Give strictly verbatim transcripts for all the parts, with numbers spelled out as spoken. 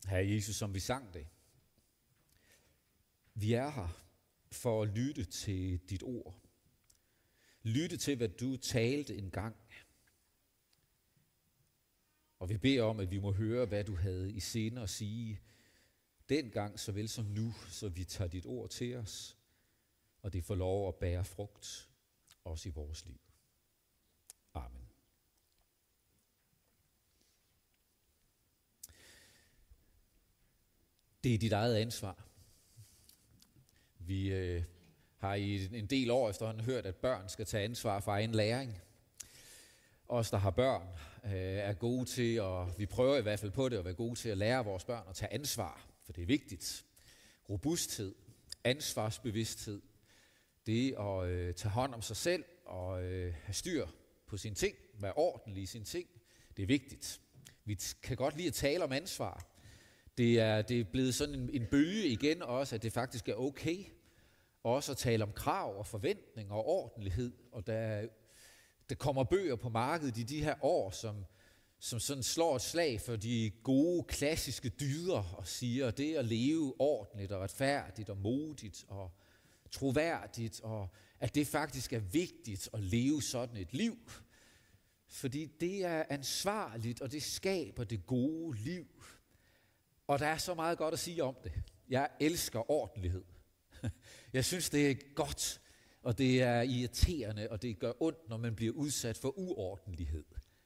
Herre Jesus, som vi sang det. Vi er her for at lytte til dit ord. Lytte til, hvad du talte engang. Og vi beder om, at vi må høre, hvad du havde i sinde at sige dengang, såvel som nu, så vi tager dit ord til os, og det får lov at bære frugt, også i vores liv. Amen. Det er dit eget ansvar. Vi øh, har i en del år efterhånden hørt, at børn skal tage ansvar for egen læring. Os, der har børn, øh, er gode til, og vi prøver i hvert fald på det, at være gode til at lære vores børn at tage ansvar, for det er vigtigt. Robusthed, ansvarsbevidsthed, det at øh, tage hånd om sig selv og øh, have styr på sine ting, være ordentlig i sine ting, det er vigtigt. Vi kan godt lide at tale om ansvar. Det er, det er blevet sådan en, en bølge igen også, at det faktisk er okay også at tale om krav og forventninger og ordentlighed. Og der, der kommer bøger på markedet i de her år, som, som sådan slår et slag for de gode, klassiske dyder og siger, at det at leve ordentligt og retfærdigt og modigt og troværdigt, og at det faktisk er vigtigt at leve sådan et liv. Fordi det er ansvarligt, og det skaber det gode liv. Og der er så meget godt at sige om det. Jeg elsker ordentlighed. Jeg synes, det er godt, og det er irriterende, og det gør ondt, når man bliver udsat for uordentlighed.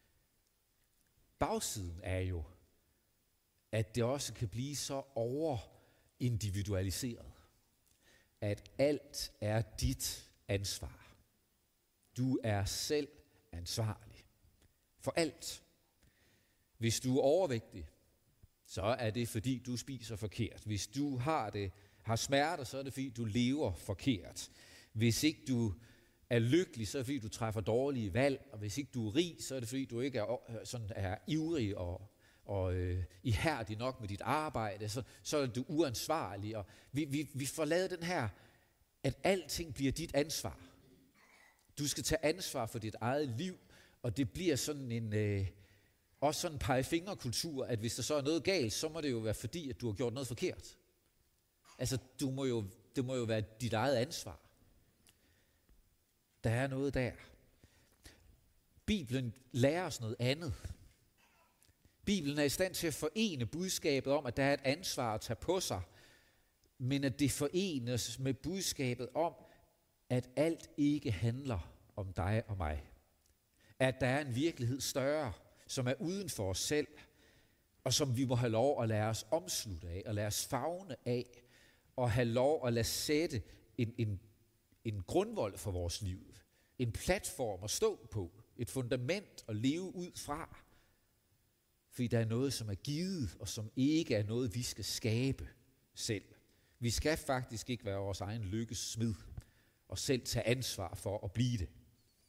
Bagsiden er jo, at det også kan blive så overindividualiseret, at alt er dit ansvar. Du er selv ansvarlig for alt. Hvis du er overvægtig, så er det, fordi du spiser forkert. Hvis du har, det, har smerter, så er det, fordi du lever forkert. Hvis ikke du er lykkelig, så er det, fordi du træffer dårlige valg. Og hvis ikke du er rig, så er det, fordi du ikke er, sådan er ivrig og, og øh, ihærdig nok med dit arbejde. Så, så er du uansvarlig. Og vi, vi, vi får lavet den her, at alting bliver dit ansvar. Du skal tage ansvar for dit eget liv, og det bliver sådan en... Øh, Også sådan en pegefingerkultur, at hvis der så er noget galt, så må det jo være fordi, at du har gjort noget forkert. Altså, du må jo, det må jo være dit eget ansvar. Der er noget der. Bibelen lærer os noget andet. Bibelen er i stand til at forene budskabet om, at der er et ansvar at tage på sig, men at det forenes med budskabet om, at alt ikke handler om dig og mig. At der er en virkelighed større, som er uden for os selv, og som vi må have lov at lade os omslutte af, og lade os favne af, og have lov at lade sætte en, en, en grundvold for vores liv, en platform at stå på, et fundament at leve ud fra, fordi der er noget, som er givet, og som ikke er noget, vi skal skabe selv. Vi skal faktisk ikke være vores egen lykkes smed, og selv tage ansvar for at blive det.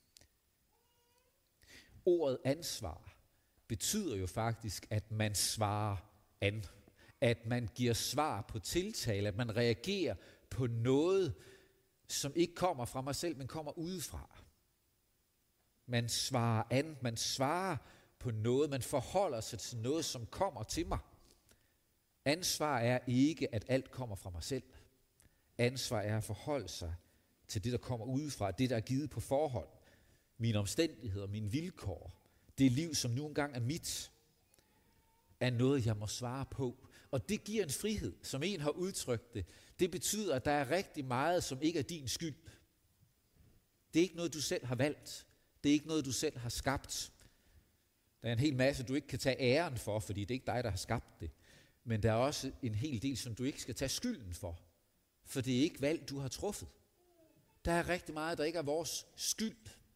Ordet ansvar betyder jo faktisk, at man svarer an. At man giver svar på tiltale, at man reagerer på noget, som ikke kommer fra mig selv, men kommer udefra. Man svarer an, man svarer på noget, man forholder sig til noget, som kommer til mig. Ansvar er ikke, at alt kommer fra mig selv. Ansvar er at forholde sig til det, der kommer udefra, det, der er givet på forhånd. Mine omstændigheder, mine vilkår. Det liv, som nu engang er mit, er noget, jeg må svare på. Og det giver en frihed, som en har udtrykt det. Det betyder, at der er rigtig meget, som ikke er din skyld. Det er ikke noget, du selv har valgt. Det er ikke noget, du selv har skabt. Der er en hel masse, du ikke kan tage æren for, fordi det er ikke dig, der har skabt det. Men der er også en hel del, som du ikke skal tage skylden for. For det er ikke valg, du har truffet. Der er rigtig meget, der ikke er vores skyld.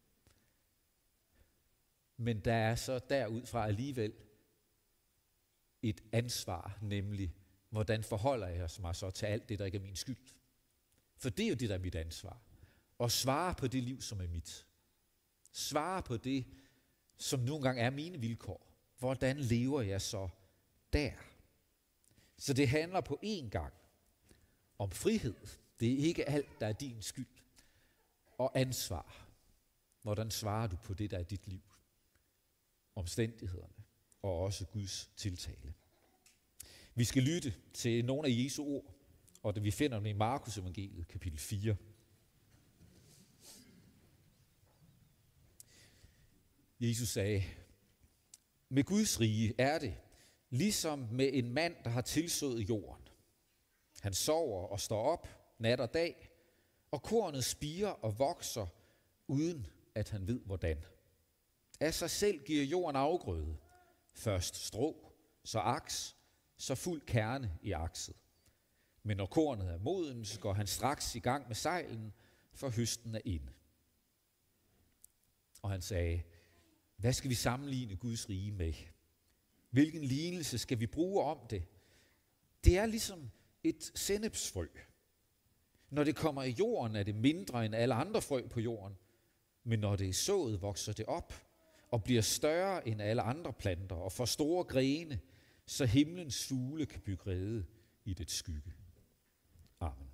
Men der er så derudfra alligevel et ansvar, nemlig, hvordan forholder jeg mig så til alt det, der ikke er min skyld? For det er jo det, der er mit ansvar. At svare på det liv, som er mit. Svare på det, som nogle gange er mine vilkår. Hvordan lever jeg så der? Så det handler på én gang om frihed. Det er ikke alt, der er din skyld. Og ansvar. Hvordan svarer du på det, der er dit liv? Omstændighederne og også Guds tiltale. Vi skal lytte til nogle af Jesu ord, og det vi finder dem i Markus evangeliet, kapitel fire. Jesus sagde, med Guds rige er det, ligesom med en mand, der har tilsået jorden. Han sover og står op nat og dag, og kornet spirer og vokser, uden at han ved hvordan. Af sig selv giver jorden afgrøde. Først strå, så aks, så fuld kerne i akset. Men når kornet er moden, så går han straks i gang med sejlen, for høsten er inde. Og han sagde, hvad skal vi sammenligne Guds rige med? Hvilken lignelse skal vi bruge om det? Det er ligesom et sennepsfrø. Når det kommer i jorden, er det mindre end alle andre frø på jorden. Men når det er sået, vokser det op og bliver større end alle andre planter og får store grene, så himlens fugle kan bygge rede i det skygge. Amen.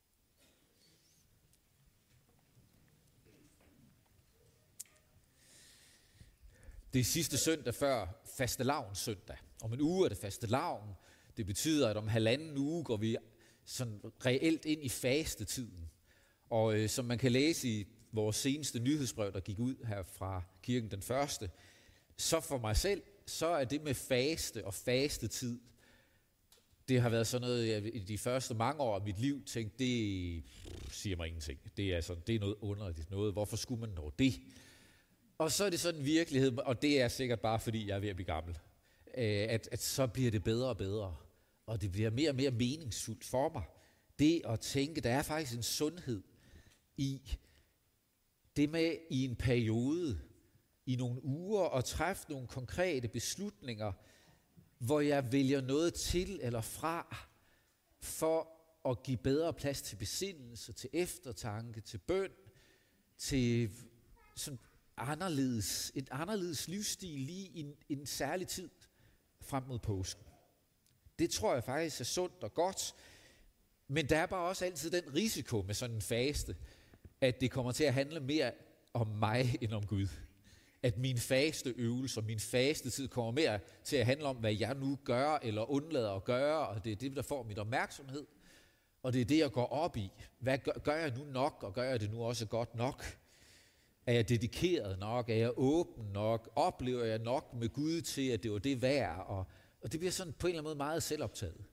Det er sidste søndag før fastelavnssøndag. Om en uge er det fastelavn. Det betyder, at om halvanden uge går vi sådan reelt ind i fastetiden. Og øh, som man kan læse i vores seneste nyhedsbrev, der gik ud her fra kirken den første, så for mig selv, så er det med faste og fastetid, det har været sådan noget, jeg i de første mange år af mit liv tænkte, det siger mig ingenting. Det er, sådan, det er noget underligt noget. Hvorfor skulle man nå det? Og så er det sådan en virkelighed, og det er sikkert bare fordi, jeg er ved at blive gammel, at, at så bliver det bedre og bedre, og det bliver mere og mere meningsfuldt for mig. Det at tænke, der er faktisk en sundhed i det med i en periode, i nogle uger, at træffe nogle konkrete beslutninger, hvor jeg vælger noget til eller fra, for at give bedre plads til besindelse, til eftertanke, til bøn, til sådan anderledes, et anderledes livsstil lige i en, en særlig tid frem mod påsken. Det tror jeg faktisk er sundt og godt, men der er bare også altid den risiko med sådan en faste, at det kommer til at handle mere om mig end om Gud. At min faste øvelse og min faste tid kommer mere til at handle om, hvad jeg nu gør eller undlader at gøre, og det er det, der får mit opmærksomhed. Og det er det, jeg går op i. Hvad gør, gør jeg nu nok, og gør jeg det nu også godt nok? Er jeg dedikeret nok? Er jeg åben nok? Oplever jeg nok med Gud til, at det var det værd? Og, og det bliver sådan på en eller anden måde meget selvoptaget.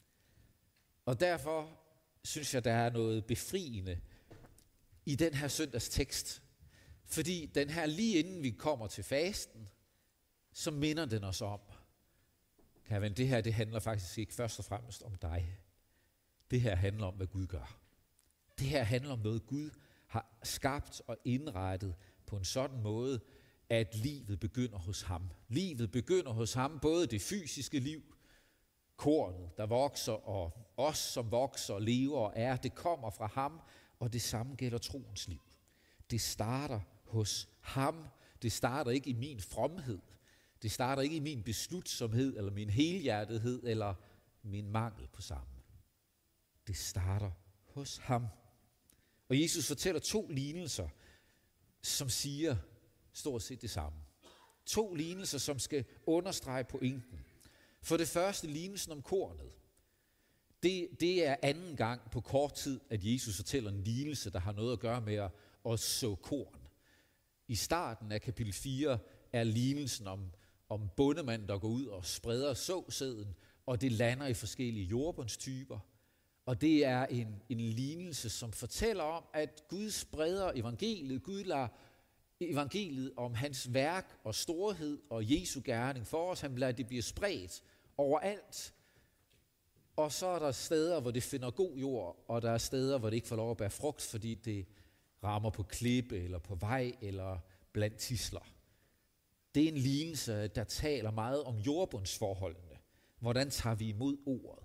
Og derfor synes jeg, der er noget befriende i den her søndags tekst. Fordi den her, lige inden vi kommer til fasten, så minder den os om, kan ven, det her det handler faktisk ikke først og fremmest om dig. Det her handler om, hvad Gud gør. Det her handler om noget, Gud har skabt og indrettet på en sådan måde, at livet begynder hos ham. Livet begynder hos ham, både det fysiske liv, kornet, der vokser, og os, som vokser og lever og er, det kommer fra ham, og det samme gælder troens liv. Det starter hos ham. Det starter ikke i min fromhed. Det starter ikke i min beslutsomhed, eller min helhjertethed, eller min mangel på samme. Det starter hos ham. Og Jesus fortæller to lignelser, som siger stort set det samme. To lignelser, som skal understrege pointen. For det første lignelsen om kornet. Det, det er anden gang på kort tid, at Jesus fortæller en lignelse, der har noget at gøre med at, at så korn. I starten af kapitel fire er lignelsen om, om bondemanden, der går ud og spreder såsæden, og det lander i forskellige jordbundstyper. Og det er en, en lignelse, som fortæller om, at Gud spreder evangeliet. Gud lader evangeliet om hans værk og storhed og Jesu gerning for os. Han lader det blive spredt overalt. Og så er der steder, hvor det finder god jord, og der er steder, hvor det ikke får lov at bære frugt, fordi det rammer på klippe eller på vej eller blandt tisler. Det er en lignelse, der taler meget om jordbundsforholdene. Hvordan tager vi imod ordet?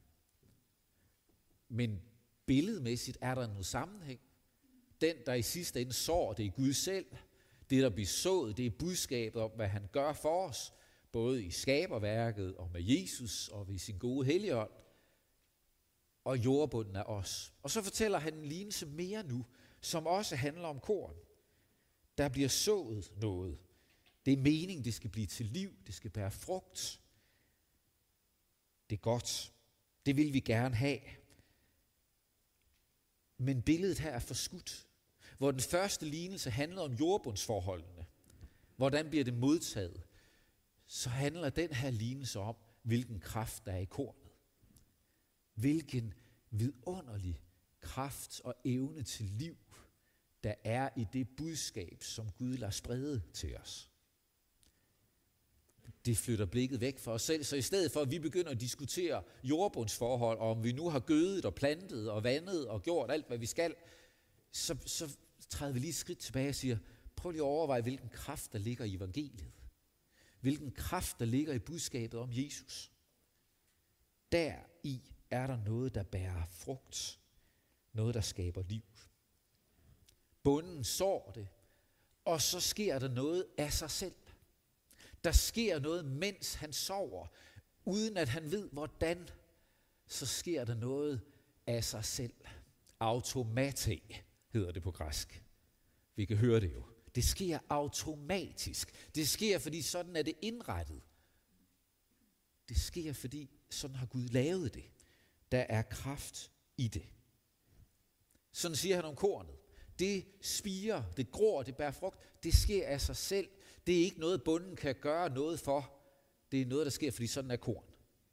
Men billedmæssigt er der noget sammenhæng. Den, der i sidste ende sår, det er Gud selv. Det, der bliver sået, det er budskabet om, hvad han gør for os, både i skaberværket og med Jesus og ved sin gode helligånd. Og jordbunden er os. Og så fortæller han en lignelse mere nu, som også handler om korn. Der bliver sået noget. Det er meningen, det skal blive til liv, det skal bære frugt. det er godt. Det vil vi gerne have. Men billedet her er forskudt. Hvor den første lignelse handler om jordbundsforholdene. Hvordan bliver det modtaget? Så handler den her lignelse om, hvilken kraft der er i kornet. Hvilken vidunderlig kraft og evne til liv, der er i det budskab, som Gud lader sprede til os. Det flytter blikket væk fra os selv, så i stedet for, at vi begynder at diskutere jordbundsforhold, og om vi nu har gødet og plantet og vandet og gjort alt, hvad vi skal, så, så træder vi lige et skridt tilbage og siger, prøv lige at overveje, hvilken kraft der ligger i evangeliet. Hvilken kraft der ligger i budskabet om Jesus. Der i er der noget, der bærer frugt. Noget, der skaber liv. Bonden sår det, og så sker der noget af sig selv. Der sker noget, mens han sover, uden at han ved, hvordan. Så sker der noget af sig selv. Automate hedder det på græsk. Vi kan høre det jo. Det sker automatisk. Det sker, fordi sådan er det indrettet. Det sker, fordi sådan har Gud lavet det. Der er kraft i det. Sådan siger han om kornet. Det spirer, det gror, det bærer frugt. Det sker af sig selv. Det er ikke noget, bonden kan gøre noget for. Det er noget, der sker, fordi sådan er korn.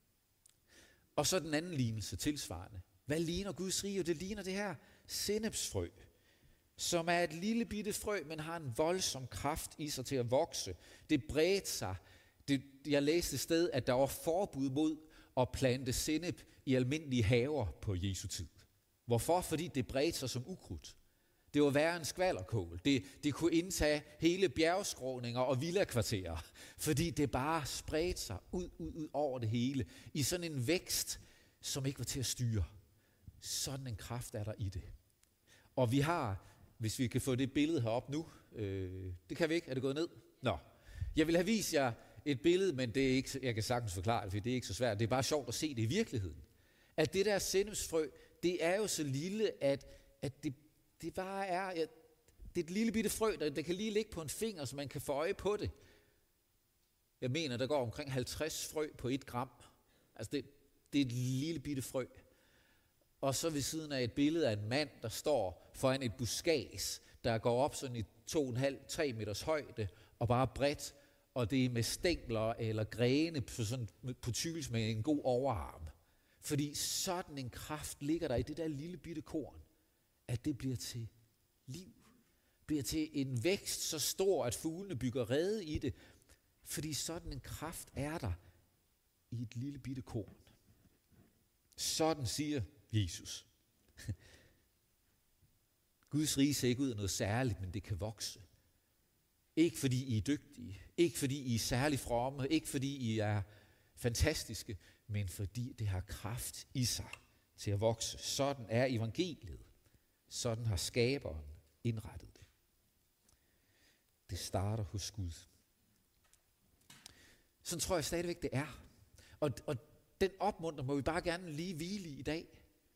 Og så den anden lignelse tilsvarende. Hvad ligner Guds rige? Det ligner det her sennepsfrø, som er et lille bitte frø, men har en voldsom kraft i sig til at vokse. Det bredte sig. Det, jeg læste et sted, at der var forbud mod at plante sennep i almindelige haver på Jesu tid. Hvorfor? Fordi det bredte sig som ukrudt. Det var værre en skvalderkål. Det, det kunne indtage hele bjergskråninger og villakvarterer, fordi det bare spredte sig ud, ud, ud over det hele i sådan en vækst, som ikke var til at styre. Sådan en kraft er der i det. Og vi har, hvis vi kan få det billede herop nu, øh, det kan vi ikke, er det gået ned? Nå, jeg vil have vist jer et billede, men det er ikke, jeg kan sagtens forklare det, for det er ikke så svært. Det er bare sjovt at se det i virkeligheden. At det der sennepsfrø, det er jo så lille, at, at det, det bare er, ja, det er et lille bitte frø, der, der kan lige ligge på en finger, så man kan få øje på det. Jeg mener, der går omkring halvtreds frø på et gram. Altså det, det er et lille bitte frø. Og så ved siden af et billede af en mand, der står foran et buskads, der går op sådan i to og en halv, tre meters højde, og bare bredt, og det er med stængler eller grene på, sådan, på tykkelse med en god overarm. Fordi sådan en kraft ligger der i det der lille bitte korn, at det bliver til liv. Bliver til en vækst så stor, at fuglene bygger rede i det. Fordi sådan en kraft er der i et lille bitte korn. Sådan siger Jesus. Guds rige ser ikke ud af noget særligt, men det kan vokse. Ikke fordi I er dygtige, ikke fordi I er særlig fromme, ikke fordi I er fantastiske, men fordi det har kraft i sig til at vokse. Sådan er evangeliet. Sådan har skaberen indrettet det. Det starter hos Gud. Sådan tror jeg stadigvæk, det er. Og, og den opmuntrer må vi bare gerne lige hvile i i dag.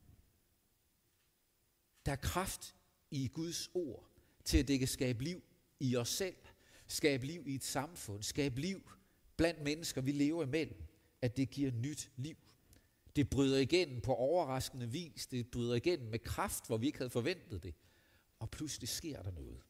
Der er kraft i Guds ord til at det kan skabe liv i os selv, skabe liv i et samfund, skabe liv blandt mennesker, vi lever imellem, at det giver nyt liv. Det bryder igennem på overraskende vis, det bryder igennem med kraft, hvor vi ikke havde forventet det, og pludselig sker der noget.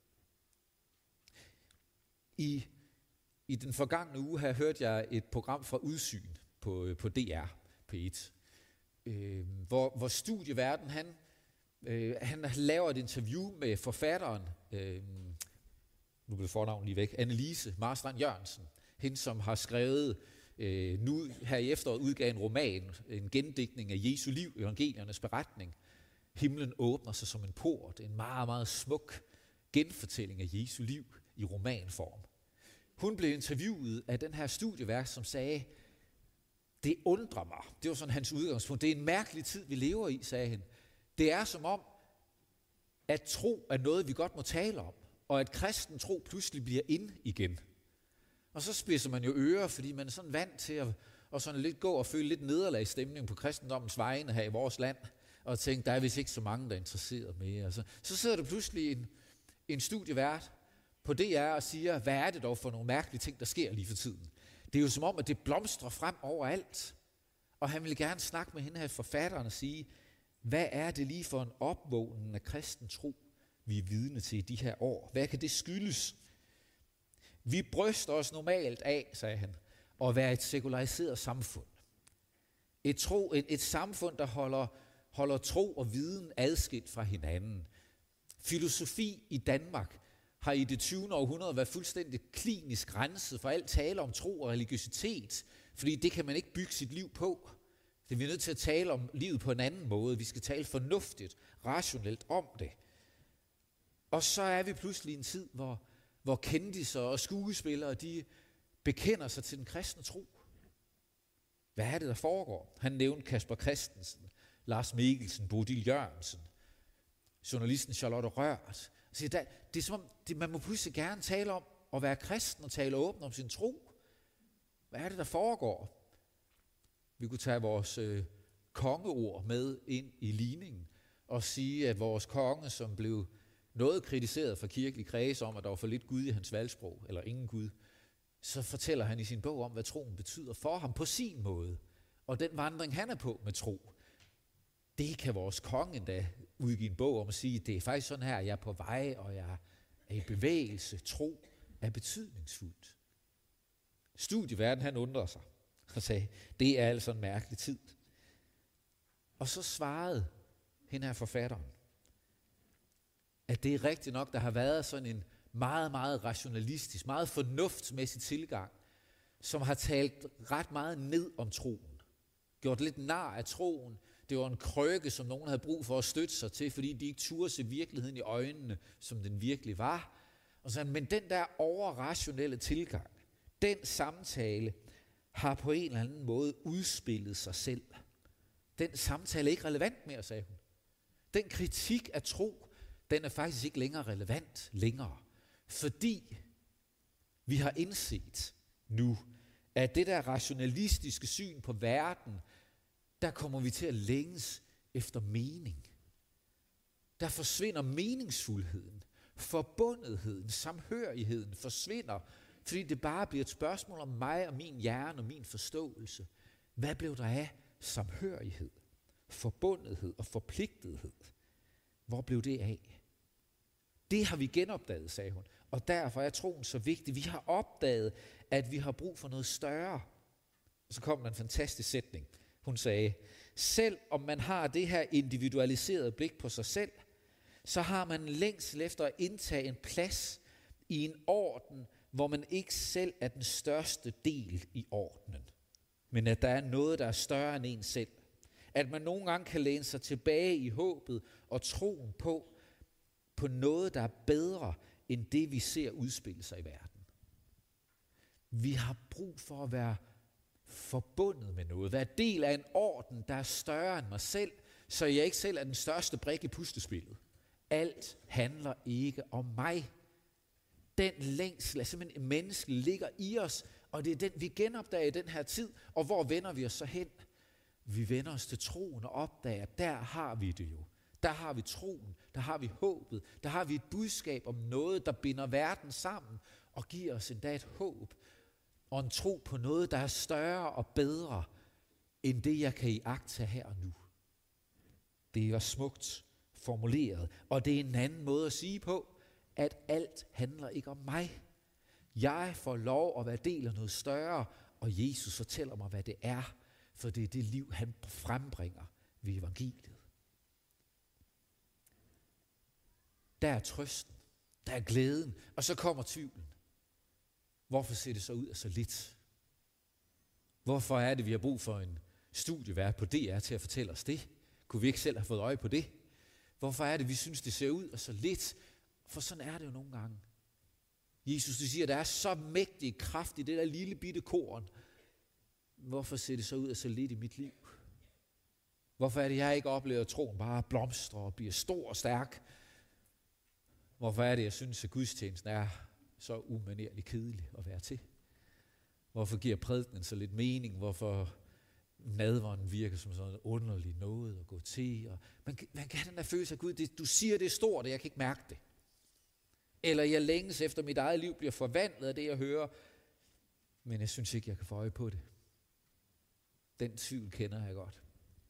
I, i den forgangne uge her hørte jeg et program fra Udsyn på, på D R P et, øh, hvor, hvor studieverden han Øh, han laver et interview med forfatteren, øh, nu bliver fornavnet lige væk, Annelise Marstrand Jørgensen, hende som har skrevet, øh, nu her i efteråret udgav en roman, en gendigtning af Jesu liv, evangeliernes beretning. Himlen åbner sig som en port, en meget, meget smuk genfortælling af Jesu liv i romanform. Hun blev interviewet af den her studievært, som sagde, det undrer mig, det var sådan hans udgangspunkt, det er en mærkelig tid, vi lever i, sagde han. Det er som om, at tro er noget, vi godt må tale om, og at kristen tro pludselig bliver ind igen. Og så spidser man jo ører, fordi man er sådan vant til at og sådan lidt gå og føle lidt nederlagsstemning på kristendommens vegne her i vores land, og tænke, der er vist ikke så mange, der er interesseret mere. Så, så sidder der pludselig en, en studievært på D R og siger, hvad er det dog for nogle mærkelige ting, der sker lige for tiden? Det er jo som om, at det blomstrer frem overalt. Og han ville gerne snakke med hende her forfatteren og sige, hvad er det lige for en opvågning af kristen tro, vi er vidne til i de her år? Hvad kan det skyldes? Vi bryster os normalt af, sagde han, at være et sekulariseret samfund. Et, tro, et, et samfund, der holder, holder tro og viden adskilt fra hinanden. Filosofi i Danmark har i det tyvende århundrede været fuldstændig klinisk renset for alt tale om tro og religiøsitet, fordi det kan man ikke bygge sit liv på. Det er vi nødt til at tale om livet på en anden måde. Vi skal tale fornuftigt, rationelt om det. Og så er vi pludselig i en tid, hvor, hvor kendisser og skuespillere, de bekender sig til den kristne tro. Hvad er det, der foregår? Han nævnte Kasper Christensen, Lars Mikkelsen, Bodil Jørgensen, journalisten Charlotte Rørt. Så det er som om, det, man må pludselig gerne tale om at være kristen og tale åbent om sin tro. Hvad er det, der foregår? Vi kunne tage vores øh, kongeord med ind i ligningen og sige, at vores konge, som blev noget kritiseret fra kirkelig kreds om, at der var for lidt Gud i hans valgsprog, eller ingen Gud, så fortæller han i sin bog om, hvad troen betyder for ham på sin måde. Og den vandring, han er på med tro, det kan vores konge endda udgive en bog om at sige, det er faktisk sådan her, jeg er på vej, og jeg er i bevægelse. Tro er betydningsfuldt. Studieverden, han undrer sig og sagde, det er altså en mærkelig tid. Og så svarede hende her forfatteren, at det er rigtigt nok, der har været sådan en meget, meget rationalistisk, meget fornuftsmæssig tilgang, som har talt ret meget ned om troen. Gjort lidt nar af troen. Det var en krøkke, som nogen havde brug for at støtte sig til, fordi de ikke turde se virkeligheden i øjnene, som den virkelig var. Og så, men den der overrationelle tilgang, den samtale, har på en eller anden måde udspillet sig selv. Den samtale er ikke relevant mere, sagde hun. Den kritik af tro, den er faktisk ikke længere relevant længere. Fordi vi har indset nu, at det der rationalistiske syn på verden, der kommer vi til at længes efter mening. Der forsvinder meningsfuldheden, forbundetheden, samhørigheden forsvinder, fordi det bare bliver et spørgsmål om mig og min hjerne og min forståelse. Hvad blev der af samhørighed, forbundethed og forpligtethed? Hvor blev det af? Det har vi genopdaget, sagde hun, og derfor er troen så vigtig. Vi har opdaget, at vi har brug for noget større. Og så kom der en fantastisk sætning. Hun sagde, selv om man har det her individualiserede blik på sig selv, så har man længsel efter at indtage en plads i en orden, hvor man ikke selv er den største del i ordenen, men at der er noget, der er større end en selv. At man nogle gange kan læne sig tilbage i håbet og troen på, på noget, der er bedre end det, vi ser udspille sig i verden. Vi har brug for at være forbundet med noget, være del af en orden, der er større end mig selv, så jeg ikke selv er den største brik i puslespillet. Alt handler ikke om mig. Den længsel er simpelthen en menneske, ligger i os, og det er den, vi genopdager i den her tid. Og hvor vender vi os så hen? Vi vender os til troen og opdager, der har vi det jo. Der har vi troen, der har vi håbet, der har vi et budskab om noget, der binder verden sammen og giver os endda et håb og en tro på noget, der er større og bedre end det, jeg kan iagttage her og nu. Det er smukt formuleret, og det er en anden måde at sige på, at alt handler ikke om mig. Jeg får lov at være del af noget større, og Jesus fortæller mig, hvad det er, for det er det liv, han frembringer ved evangeliet. Der er trøsten, der er glæden, og så kommer tvivlen. Hvorfor ser det så ud af så lidt? Hvorfor er det, vi har brug for en studievært på D R til at fortælle os det? Kunne vi ikke selv have fået øje på det? Hvorfor er det, vi synes, det ser ud af så lidt? For sådan er det jo nogle gange. Jesus, du siger, at der er så mægtig kraft i det der lille bitte korn. Hvorfor ser det så ud af så lidt i mit liv? Hvorfor er det, jeg ikke oplever, at troen bare blomstrer og bliver stor og stærk? Hvorfor er det, jeg synes, at gudstjenesten er så umanerligt kedelig at være til? Hvorfor giver prædikenen så lidt mening? Hvorfor nadveren virker som sådan noget underligt noget at gå til? Og man, man kan have den der følelse af, Gud, det, du siger, det er stort, og jeg kan ikke mærke det. Eller jeg længes efter, mit eget liv bliver forvandlet af det, jeg hører, men jeg synes ikke, jeg kan få øje på det. Den tvivl kender jeg godt.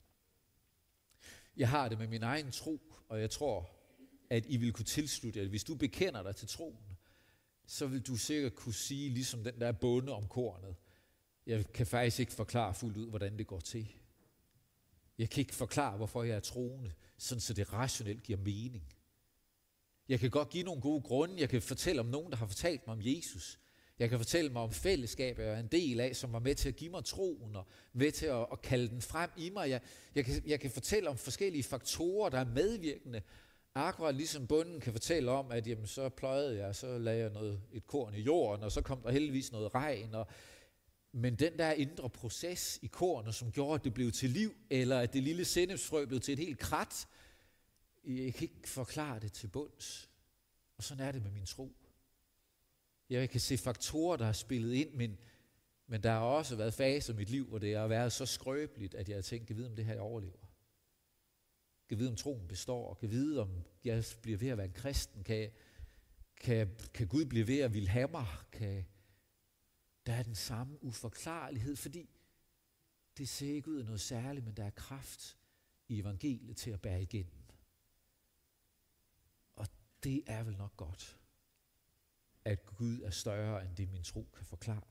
Jeg har det med min egen tro, og jeg tror, at I vil kunne tilslutte jer, at hvis du bekender dig til troen, så vil du sikkert kunne sige, ligesom den der bonde om kornet, jeg kan faktisk ikke forklare fuldt ud, hvordan det går til. Jeg kan ikke forklare, hvorfor jeg er troende, sådan så det rationelt giver mening. Jeg kan godt give nogle gode grunde. Jeg kan fortælle om nogen, der har fortalt mig om Jesus. Jeg kan fortælle mig om fællesskabet, jeg er en del af, som var med til at give mig troen, og med til at, at kalde den frem i mig. Jeg, jeg, kan, jeg kan fortælle om forskellige faktorer, der er medvirkende. Akkurat ligesom bunden kan fortælle om, at jamen, så pløjede jeg, så lagde jeg noget, et korn i jorden, og så kom der heldigvis noget regn. Og, men den der indre proces i kornet, som gjorde, at det blev til liv, eller at det lille sennepsfrø blev til et helt krat, jeg kan ikke forklare det til bunds. Og sådan er det med min tro. Jeg kan se faktorer, der har spillet ind, men, men der har også været faser i mit liv, hvor det har været så skrøbeligt, at jeg har tænkt, kan vide, om det her jeg overlever. Kan vide, om troen består. Kan vide, om jeg bliver ved at være en kristen. Kan, kan, kan Gud blive ved at ville have mig. Kan, der er den samme uforklarlighed, fordi det ser ikke ud af noget særligt, men der er kraft i evangeliet til at bære igennem. Og det er vel nok godt, at Gud er større, end det min tro kan forklare.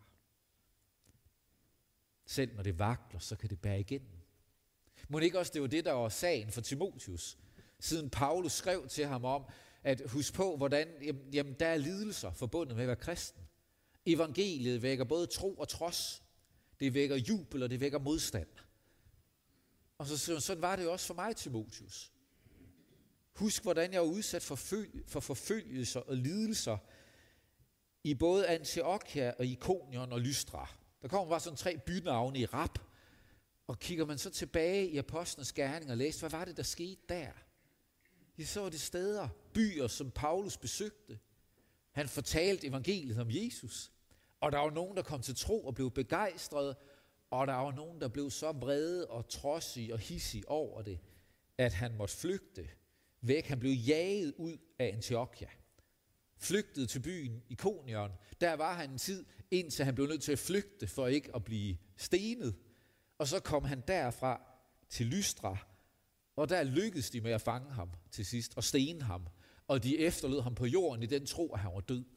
Selv når det vakler, så kan det bære igennem. Må ikke også, det var det, der var sagen for Timotheus, siden Paulus skrev til ham om, at husk på, hvordan jamen, jamen, der er lidelser forbundet med at være kristen. Evangeliet vækker både tro og trods. Det vækker jubel, og det vækker modstand. Og så, sådan var det jo også for mig, Timotheus. Husk, hvordan jeg var udsat for, føl- for forfølgelser og lidelser i både Antiochia og Ikonion og Lystra. Der kommer bare sådan tre bynavne i rap. Og kigger man så tilbage i apostlenes gerning og læser, hvad var det, der skete der? I så det steder, byer, som Paulus besøgte. Han fortalte evangeliet om Jesus. Og der var nogen, der kom til tro og blev begejstrede. Og der var nogen, der blev så vrede og trodsige og hissige over det, at han måtte flygte væk. Han blev jaget ud af Antiochia. Flygtede til byen Ikonion. Der var han en tid, indtil han blev nødt til at flygte for ikke at blive stenet. Og så kom han derfra til Lystra, og der lykkedes de med at fange ham til sidst og stene ham. Og de efterlod ham på jorden i den tro, at han var død.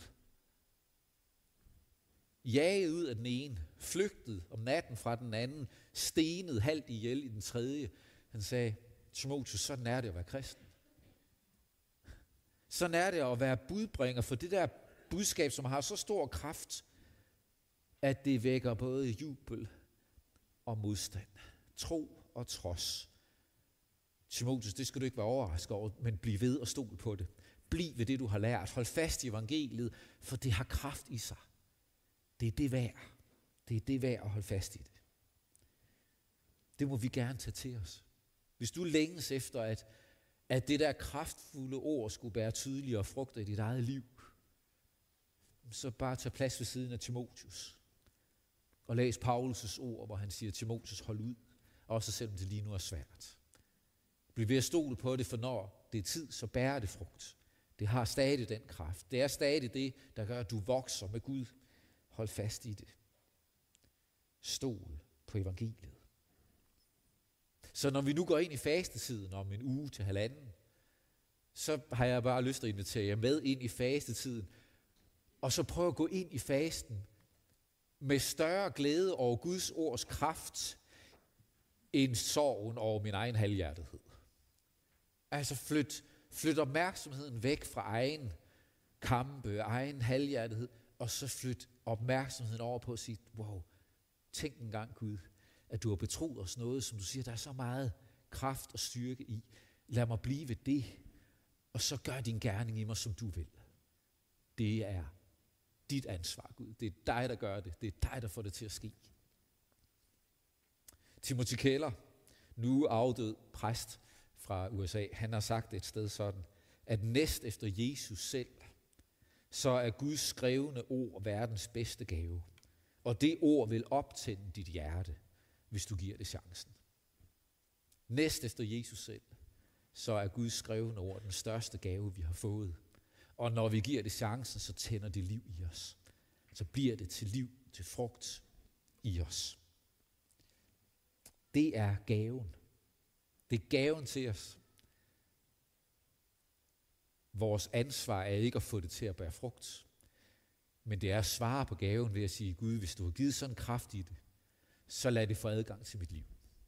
Jaget ud af den ene, flygtet om natten fra den anden, stenet halvt ihjel i den tredje. Han sagde, Timotheus, sådan er det at være kristen. Sådan er det at være budbringer for det der budskab, som har så stor kraft, at det vækker både jubel og modstand. Tro og trods. Timotheus, det skal du ikke være overrasket over, men bliv ved og stol på det. Bliv ved det, du har lært. Hold fast i evangeliet, for det har kraft i sig. Det er det værd. Det er det værd at holde fast i det. Det må vi gerne tage til os. Hvis du længes efter, at, at det der kraftfulde ord skulle bære tydeligere frugter i dit eget liv, så bare tag plads ved siden af Timotheus. Og læs Paulus' ord, hvor han siger, Timotheus, hold ud, også selvom det lige nu er svært. Bliv ved at stole på det, for når det er tid, så bærer det frugt. Det har stadig den kraft. Det er stadig det, der gør, at du vokser med Gud. Hold fast i det. Stol på evangeliet. Så når vi nu går ind i fastetiden om en uge til halvanden, så har jeg bare lyst til at invitere jer med ind i fastetiden, og så prøv at gå ind i fasten med større glæde over Guds ords kraft, end sorgen over min egen halvhjertethed. Altså flyt, flyt opmærksomheden væk fra egen kampe, egen halvhjertethed, og så flyt opmærksomheden over på at sige, wow, tænk engang Gud, at du har betroet os noget, som du siger, der er så meget kraft og styrke i. Lad mig blive ved det, og så gør din gerning i mig, som du vil. Det er dit ansvar, Gud. Det er dig, der gør det. Det er dig, der får det til at ske. Timothy Keller, nu afdød præst fra U S A, han har sagt et sted sådan, at næst efter Jesus selv, så er Guds skrevne ord verdens bedste gave. Og det ord vil optænde dit hjerte, hvis du giver det chancen. Næst efter Jesus selv, så er Guds skrevne ord den største gave, vi har fået. Og når vi giver det chancen, så tænder det liv i os. Så bliver det til liv, til frugt i os. Det er gaven. Det er gaven til os. Vores ansvar er ikke at få det til at bære frugt, men det er at svare på gaven ved at sige, Gud, hvis du har givet sådan kraft i det, så lad det få adgang til mit liv.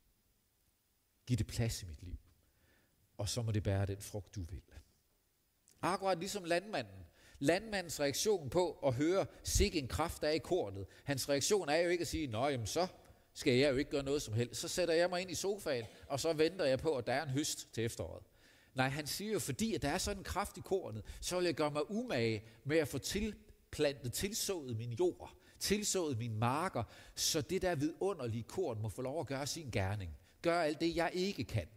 Giv det plads i mit liv. Og så må det bære den frugt, du vil. Akkurat ligesom landmanden. Landmandens reaktion på at høre, sikke en kraft der er i kornet. Hans reaktion er jo ikke at sige, nå jamen så skal jeg jo ikke gøre noget som helst. Så sætter jeg mig ind i sofaen, og så venter jeg på, at der er en høst til efteråret. Nej, han siger jo, fordi at der er sådan en kraft i kornet, så vil jeg gøre mig umage med at få tilplantet, tilsået min jord, tilsået mine marker, så det der vidunderlige korn må få lov at gøre sin gerning. Gør alt det, jeg ikke kan.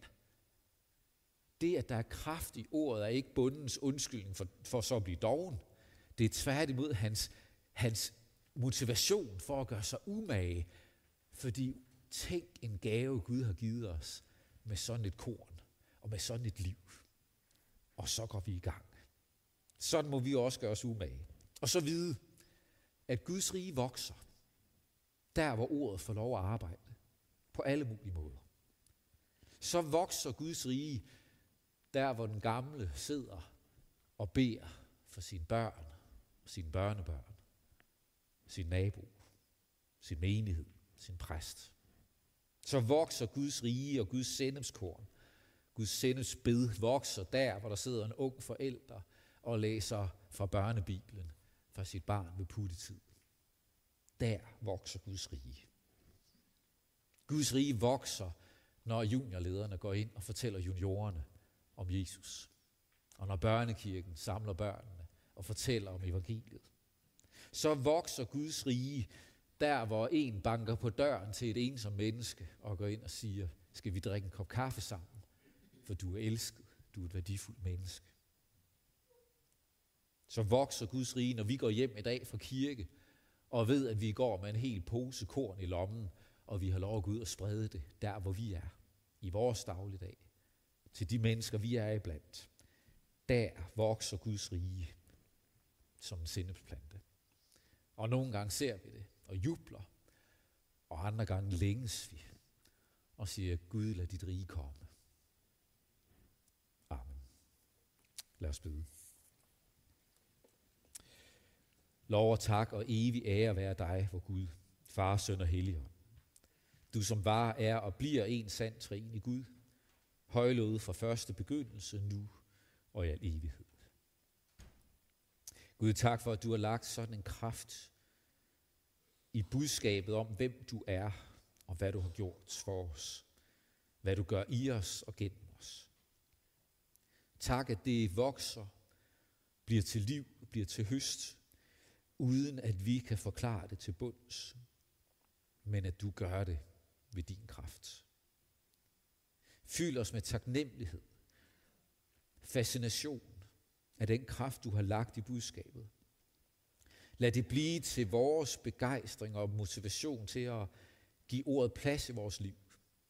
Det, at der er kraft i ordet, er ikke bondens undskyldning for, for så at blive doven. Det er tværtimod hans, hans motivation for at gøre sig umage. Fordi tænk en gave, Gud har givet os med sådan et korn og med sådan et liv. Og så går vi i gang. Sådan må vi også gøre os umage. Og så vide, at Guds rige vokser, der hvor ordet får lov at arbejde, på alle mulige måder. Så vokser Guds rige, der hvor den gamle sidder og beder for sine børn, sine børnebørn, sin nabo, sin menighed, sin præst. Så vokser Guds rige og Guds sennepskorn, Guds sennepsbed vokser der, hvor der sidder en ung forælder og læser fra børnebibelen for sit barn ved puttetid. Der vokser Guds rige. Guds rige vokser, når juniorlederne går ind og fortæller juniorerne om Jesus. Og når børnekirken samler børnene og fortæller om evangeliet. Så vokser Guds rige der, hvor en banker på døren til et ensomt menneske og går ind og siger, skal vi drikke en kop kaffe sammen? For du er elsket, du er et værdifuldt menneske. Så vokser Guds rige, når vi går hjem i dag fra kirke og ved, at vi går med en hel pose korn i lommen, og vi har lov at gå ud og sprede det der, hvor vi er, i vores dagligdag, til de mennesker, vi er iblandt. Der vokser Guds rige som en sennepsplante. Og nogle gange ser vi det og jubler, og andre gange længes vi og siger, Gud, lad dit rige komme. Amen. Lad os bede. Lov og tak og evig ære være dig, vor Gud, Far, Søn og Helligånd. Du som var, er og bliver en sand treenig Gud, højlovet fra første begyndelse, nu og i al evighed. Gud, tak for, at du har lagt sådan en kraft i budskabet om, hvem du er, og hvad du har gjort for os. Hvad du gør i os og gennem os. Tak, at det vokser, bliver til liv, bliver til høst, uden at vi kan forklare det til bunds, men at du gør det ved din kraft. Fyld os med taknemmelighed, fascination af den kraft, du har lagt i budskabet. Lad det blive til vores begejstring og motivation til at give ordet plads i vores liv.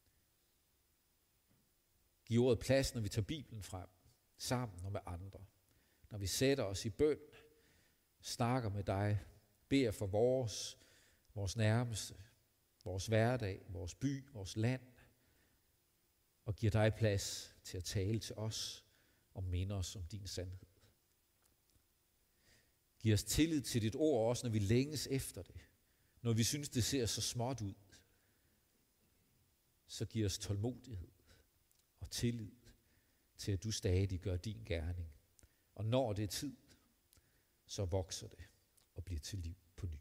Giv ordet plads, når vi tager Bibelen frem, sammen og med andre. Når vi sætter os i bøn, snakker med dig, beder for vores, vores nærmeste, vores hverdag, vores by, vores land, og giver dig plads til at tale til os og minde os om din sandhed. Giv os tillid til dit ord, også når vi længes efter det. Når vi synes, det ser så småt ud, så giv os tålmodighed og tillid til, at du stadig gør din gerning. Og når det er tid, så vokser det og bliver til liv på ny.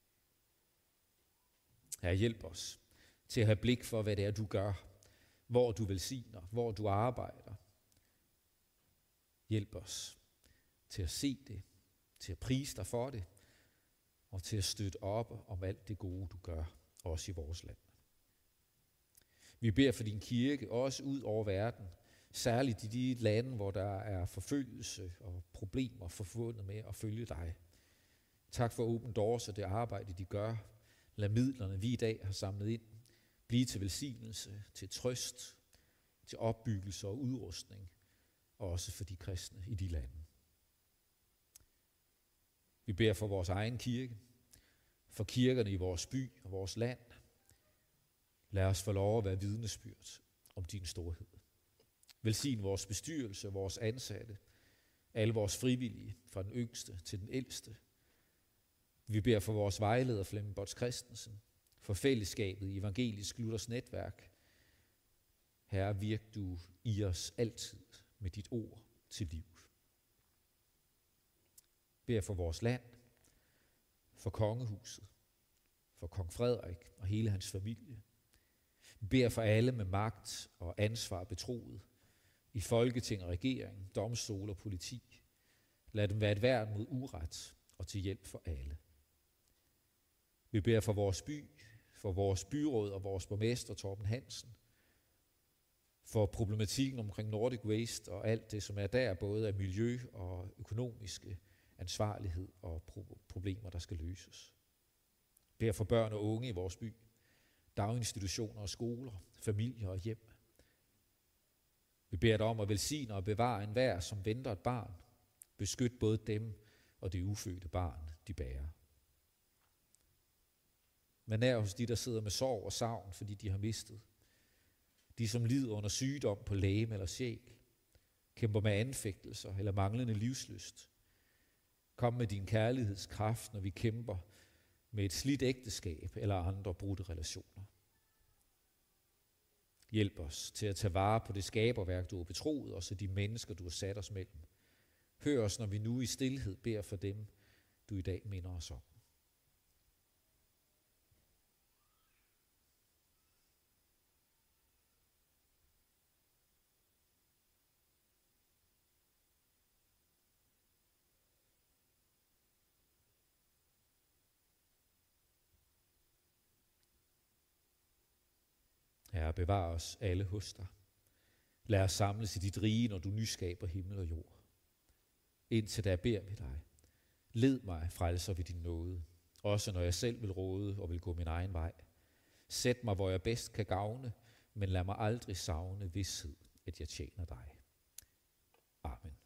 Herre, hjælp os til at have blik for, hvad det er, du gør, hvor du velsigner, hvor du arbejder. Hjælp os til at se det, til at prise dig for det, og til at støtte op om alt det gode, du gør, også i vores land. Vi beder for din kirke, også ud over verden, særligt i de lande, hvor der er forfølgelse og problemer forbundet med at følge dig. Tak for Open Doors og det arbejde, de gør. Lad midlerne, vi i dag har samlet ind, blive til velsignelse, til trøst, til opbyggelse og udrustning, og også for de kristne i de lande. Vi beder for vores egen kirke, for kirkerne i vores by og vores land. Lad os få lov at være vidnesbyrd om din storhed. Velsign vores bestyrelse, vores ansatte, alle vores frivillige, fra den yngste til den ældste. Vi beder for vores vejleder, Flemming Bots Christensen, for fællesskabet i Evangelisk Luthers netværk. Herre, virk du i os altid med dit ord til liv. Beder for vores land, for kongehuset, for kong Frederik og hele hans familie. Vi beder for alle med magt og ansvar betroet i Folketing og regering, domstol og politi. Lad dem være et værn mod uret og til hjælp for alle. Vi beder for vores by, for vores byråd og vores borgmester Torben Hansen, for problematikken omkring Nordic Waste og alt det, som er der, både af miljø og økonomiske ansvarlighed og problemer, der skal løses. Vi beder for børn og unge i vores by, daginstitutioner og skoler, familier og hjem. Vi beder dig om at velsigne og bevare enhver, som venter et barn. Beskyt både dem og det ufødte barn, de bærer. Men nær hos de, der sidder med sorg og savn, fordi de har mistet. De, som lider under sygdom på legeme eller sjæl, kæmper med anfægtelser eller manglende livslyst. Kom med din kærlighedskraft, når vi kæmper med et slidt ægteskab eller andre brudte relationer. Hjælp os til at tage vare på det skaberværk, du har betroet os, og de mennesker, du har sat os mellem. Hør os, når vi nu i stilhed beder for dem, du i dag minder os om. Herre, bevar os alle hos dig. Lad os samles i dit rige, når du nyskaber himmel og jord. Indtil da beder vi dig. Led mig, frelser ved din nåde, også når jeg selv vil råde og vil gå min egen vej. Sæt mig, hvor jeg bedst kan gavne, men lad mig aldrig savne vished, at jeg tjener dig. Amen.